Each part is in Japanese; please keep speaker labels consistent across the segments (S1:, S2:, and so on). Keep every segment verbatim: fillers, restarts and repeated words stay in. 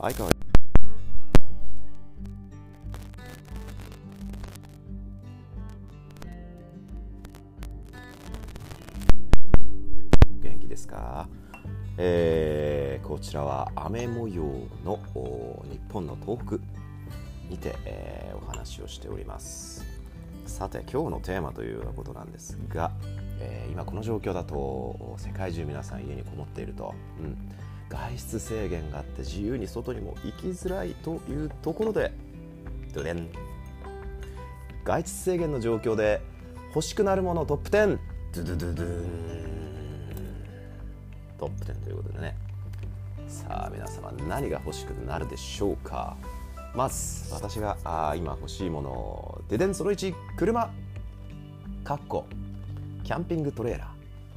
S1: 相川元気ですか？えー、こちらは雨模様の日本の東北にて、えー、お話をしております。さて今日のテーマというようなことなんですが、えー、今この状況だと世界中皆さん家にこもっていると、うん、外出制限があって自由に外にも行きづらいというところで、ドレン外出制限の状況で欲しくなるものトップテン、ドゥドゥドゥドゥントップテンということでね、さあ皆様何が欲しくなるでしょうか。まず私があ今欲しいもの、ででんそのいち、車かっこキャンピングトレーラ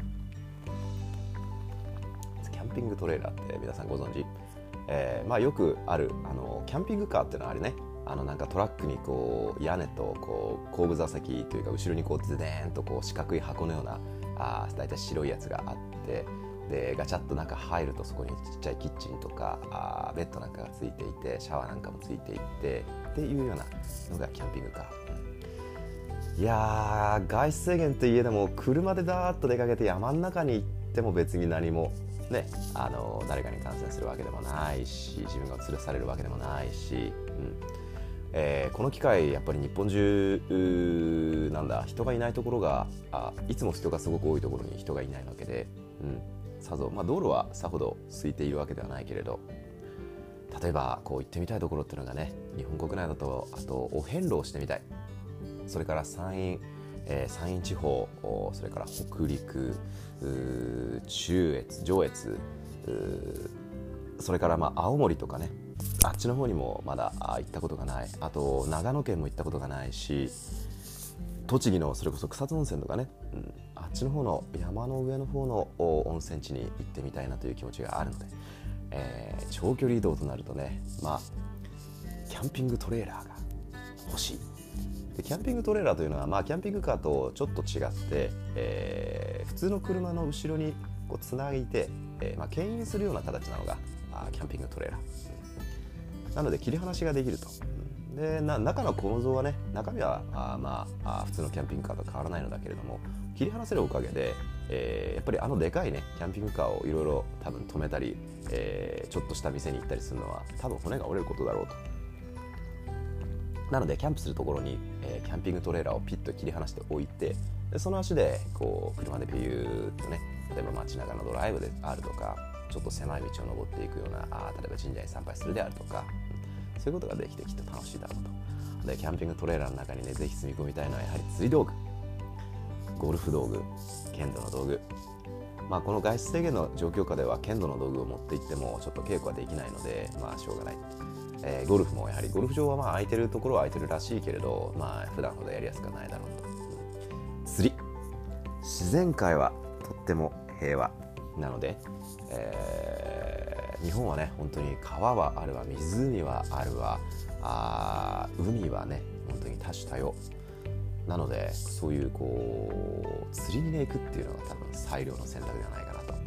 S1: ー。キャンピングトレーラーって皆さんご存知？えー、まあよくあるあのキャンピングカーっていうのはあれね、あのなんかトラックにこう屋根とこう後部座席というか後ろにこうズデーンとこう四角い箱のようなあだいたい白いやつがあって、でガチャッと中入るとそこにちっちゃいキッチンとかあベッドなんかがついていてシャワーなんかもついていてっていうようなのがキャンピングカー。いやー外出制限といえども車でダーッと出かけて山の中に行っても別に何もね、あの誰かに感染するわけでもないし自分が吊るされるわけでもないし、うんえー、この機会やっぱり日本中なんだ人がいないところがあいつも人がすごく多いところに人がいないわけで、うんさぞ、まあ、道路はさほど空いているわけではないけれど、例えばこう行ってみたいところっていうのがね、日本国内だとあとお遍路をしてみたい、それから山陰、えー、山陰地方、それから北陸、中越上越、それからまあ青森とかね、あっちの方にもまだ行ったことがない、あと長野県も行ったことがないし、栃木のそれこそ草津温泉とかね、うん、あっちの方の山の上の方の温泉地に行ってみたいなという気持ちがあるので、えー、長距離移動となるとね、まあキャンピングトレーラーが欲しい。でキャンピングトレーラーというのは、まあ、キャンピングカーとちょっと違って、えー、普通の車の後ろにこうつないで、えーまあ、牽引するような形なのがあキャンピングトレーラー、なので切り離しができると。でな中の構造はね、中身はあ、まあ、あ普通のキャンピングカーと変わらないのだけれども、切り離せるおかげで、えー、やっぱりあのでかいねキャンピングカーをいろいろ多分止めたり、えー、ちょっとした店に行ったりするのは多分骨が折れることだろうと。なのでキャンプするところに、えー、キャンピングトレーラーをピッと切り離しておいて、でその足でこう車でビューッとね、例えば街中のドライブであるとか、ちょっと狭い道を登っていくようなあ例えば神社に参拝するであるとか、そういうことができてきっと楽しいだろうと。でキャンピングトレーラーの中にねぜひ積み込みたいのはやはり釣り道具、ゴルフ道具、剣道の道具。まあこの外出制限の状況下では剣道の道具を持って行ってもちょっと稽古はできないので、まあしょうがない。えー、ゴルフもやはりゴルフ場はまあ空いてるところは空いてるらしいけれど、まあ普段ほどやりやすくはないだろうと。釣り、自然界はとっても平和なので、えー、日本はね本当に川はあるわ、湖はあるわ、あ海はね本当に多種多様なので、そういうこう釣りに、ね、行くっていうのが多分最良の選択ではないかなと、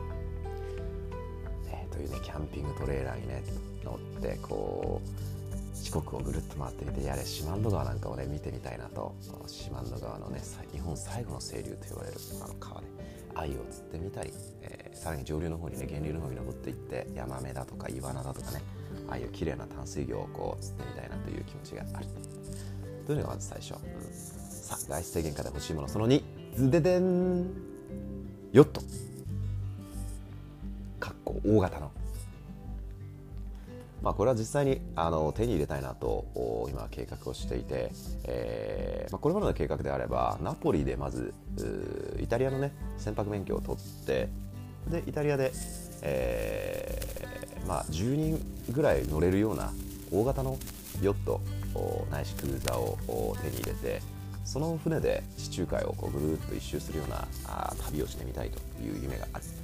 S1: えー、というねキャンピングトレーラーにね乗ってこう四国をぐるっと回ってみて、やれ四万十川なんかをね見てみたいなと。四万十川のね日本最後の清流と呼ばれるあの川で鮎を釣ってみたり、えー、さらに上流の方にね源流の方に登っていってヤマメだとかイワナだとかね、ああいう綺麗な淡水魚をこう釣ってみたいなという気持ちがあるというのがまず最初、うん、さあ外出制限下で欲しいものそのに、ズデデン、ヨットかっこ大型の、まあ、これは実際にあの手に入れたいなと今計画をしていて、えーまあ、これまでの計画であればナポリでまずイタリアのね船舶免許を取って、でイタリアで、えーまあ、じゅうにんぐらい乗れるような大型のヨットないしクルーザーを手に入れて、その船で地中海をこうぐるっと一周するようなあ旅をしてみたいという夢がある。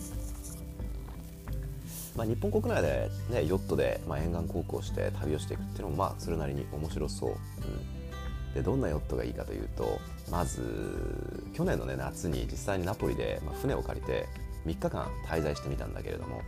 S1: まあ、日本国内で、ね、ヨットで、まあ、沿岸航行して旅をしていくっていうのもまあそれなりに面白そう、うん、でどんなヨットがいいかというと、まず去年の、ね、夏に実際にナポリで、まあ、船を借りてみっかかん滞在してみたんだけれども、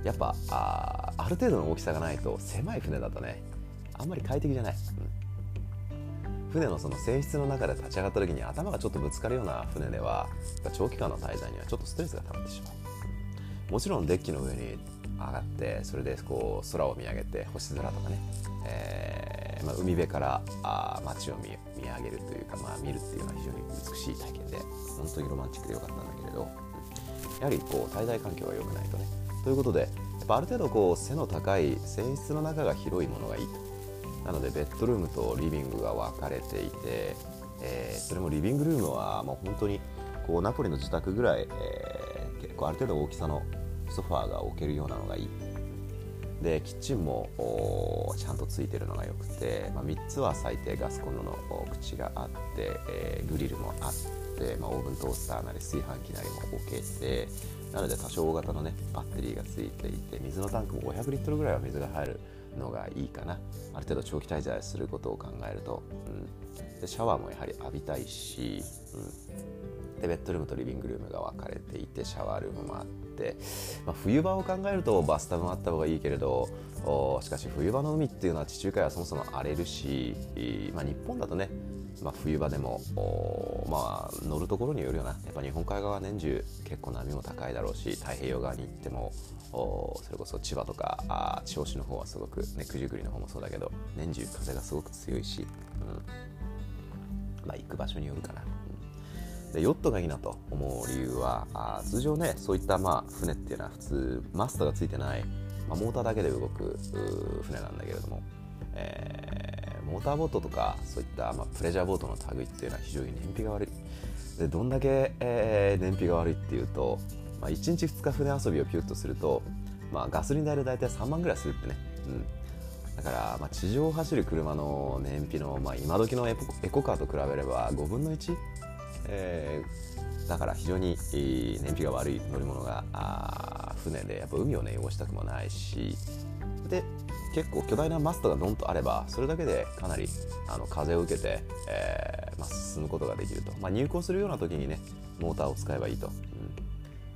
S1: やっぱ あ, ある程度の大きさがないと狭い船だとねあんまり快適じゃない、うん、船のその船室の中で立ち上がった時に頭がちょっとぶつかるような船では長期間の滞在にはちょっとストレスが溜まってしまう。もちろんデッキの上に上がってそれでこう空を見上げて星空とかね、えーまあ、海辺からあ街を 見, 見上げるというか、まあ、見るっていうのは非常に美しい体験で本当にロマンチックでよかったんだけれど、やはりこう滞在環境が良くないとね。ということでやっぱある程度こう背の高い船室の中が広いものがいいと。なのでベッドルームとリビングが分かれていて、えー、それもリビングルームはもう本当にこうナポリの自宅ぐらい、えー、結構ある程度大きさのソファーが置けるようなのがいい。でキッチンもちゃんとついてるのがよくて、まあ、みっつは最低ガスコンロの口があって、えー、グリルもあって、まあ、オーブントースターなり炊飯器なりも置けて、なので多少大型のねバッテリーがついていて、水のタンクもごひゃくリットルぐらいは水が入るのがいいかな。ある程度長期滞在することを考えると、うん、でシャワーもやはり浴びたいし、うん、でベッドルームとリビングルームが分かれていてシャワールームもあって、まあ、冬場を考えるとバスタブもあった方がいいけれど、しかし冬場の海っていうのは地中海はそもそも荒れるし、まあ、日本だとね、まあ、冬場でもまあ乗るところによるよな。やっぱ日本海側は年中結構波も高いだろうし、太平洋側に行ってもそれこそ千葉とかあ銚子の方はすごくね、九十九里の方もそうだけど年中風がすごく強いし、うん、まあ行く場所によるかな。でヨットがいいなと思う理由は、あ通常ねそういったまあ船っていうのは普通マストがついてない、まあ、モーターだけで動く船なんだけれども、えー、モーターボートとかそういった、まあ、プレジャーボートの類っていうのは非常に燃費が悪い。でどんだけ、えー、燃費が悪いっていうと、まあ、いちにちふつか船遊びをピュッとすると、まあ、ガソリン代で大体さんまんぐらいするってね、うん、だから、まあ、地上を走る車の燃費の、まあ、今時のエコ、エコカーと比べればごぶんのいち、えー、だから非常に燃費が悪い乗り物があ船で、やっぱ海をね汚したくもないし、で結構巨大なマストがドンとあればそれだけでかなりあの風を受けて、えーまあ、進むことができると、まあ、入港するような時にねモーターを使えばいいと、うん、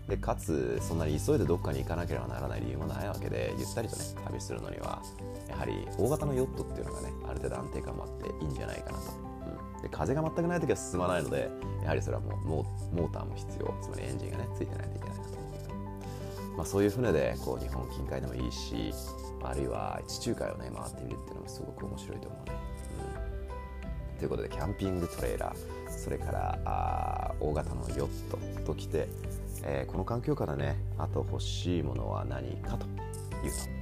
S1: でかつそんなに急いでどっかに行かなければならない理由もないわけで、ゆったりとね旅するのにはやはり大型のヨットっていうのがねある程度安定感もあっていいんじゃないかなと。で風が全くないときは進まないので、やはりそれはもうモー、モーターも必要、つまりエンジンがねついてないといけないなと思うけど、まあ、そういう船でこう日本近海でもいいし、あるいは地中海をね回ってみるっていうのもすごく面白いと思うね、うん、ということでキャンピングトレーラー、それからあ大型のヨットときて、えー、この環境からねあと欲しいものは何かというと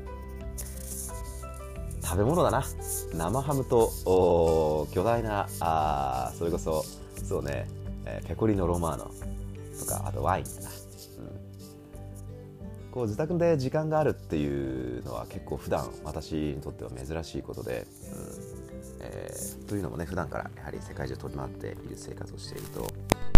S1: 食べ物だな。生ハムと巨大なあそれこそそうね、えー、ペコリノロマーノとか、あとワインだな、うん、こう自宅で時間があるっていうのは結構普段私にとっては珍しいことで、うんえー、というのもね普段からやはり世界中飛び回っている生活をしていると、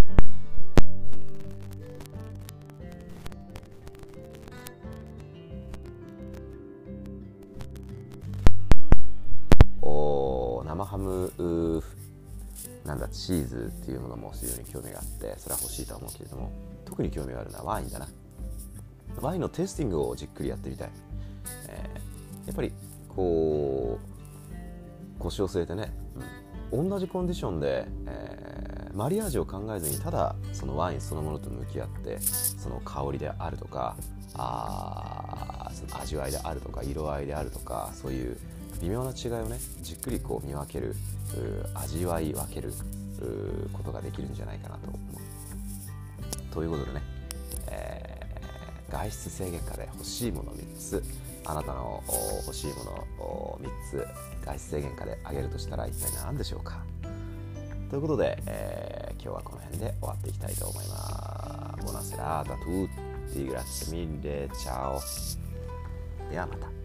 S1: 生ハムなんだチーズっていうものも非常に興味があって、それは欲しいとは思うけれども、特に興味があるのはワインだな。ワインのテイスティングをじっくりやってみたい、えー、やっぱりこう腰を据えてね、うん、同じコンディションで、えー、マリアージュを考えずにただそのワインそのものと向き合って、その香りであるとかあその味わいであるとか色合いであるとか、そういう微妙な違いをねじっくりこう見分ける、味わい分けることができるんじゃないかなと思う。ということでね、えー、外出制限下で欲しいものみっつ、あなたの欲しいものみっつ外出制限下であげるとしたら一体何でしょうか。ということで、えー、今日はこの辺で終わっていきたいと思います。Buona serata a tutti, grazie mille, ciao. ではまた。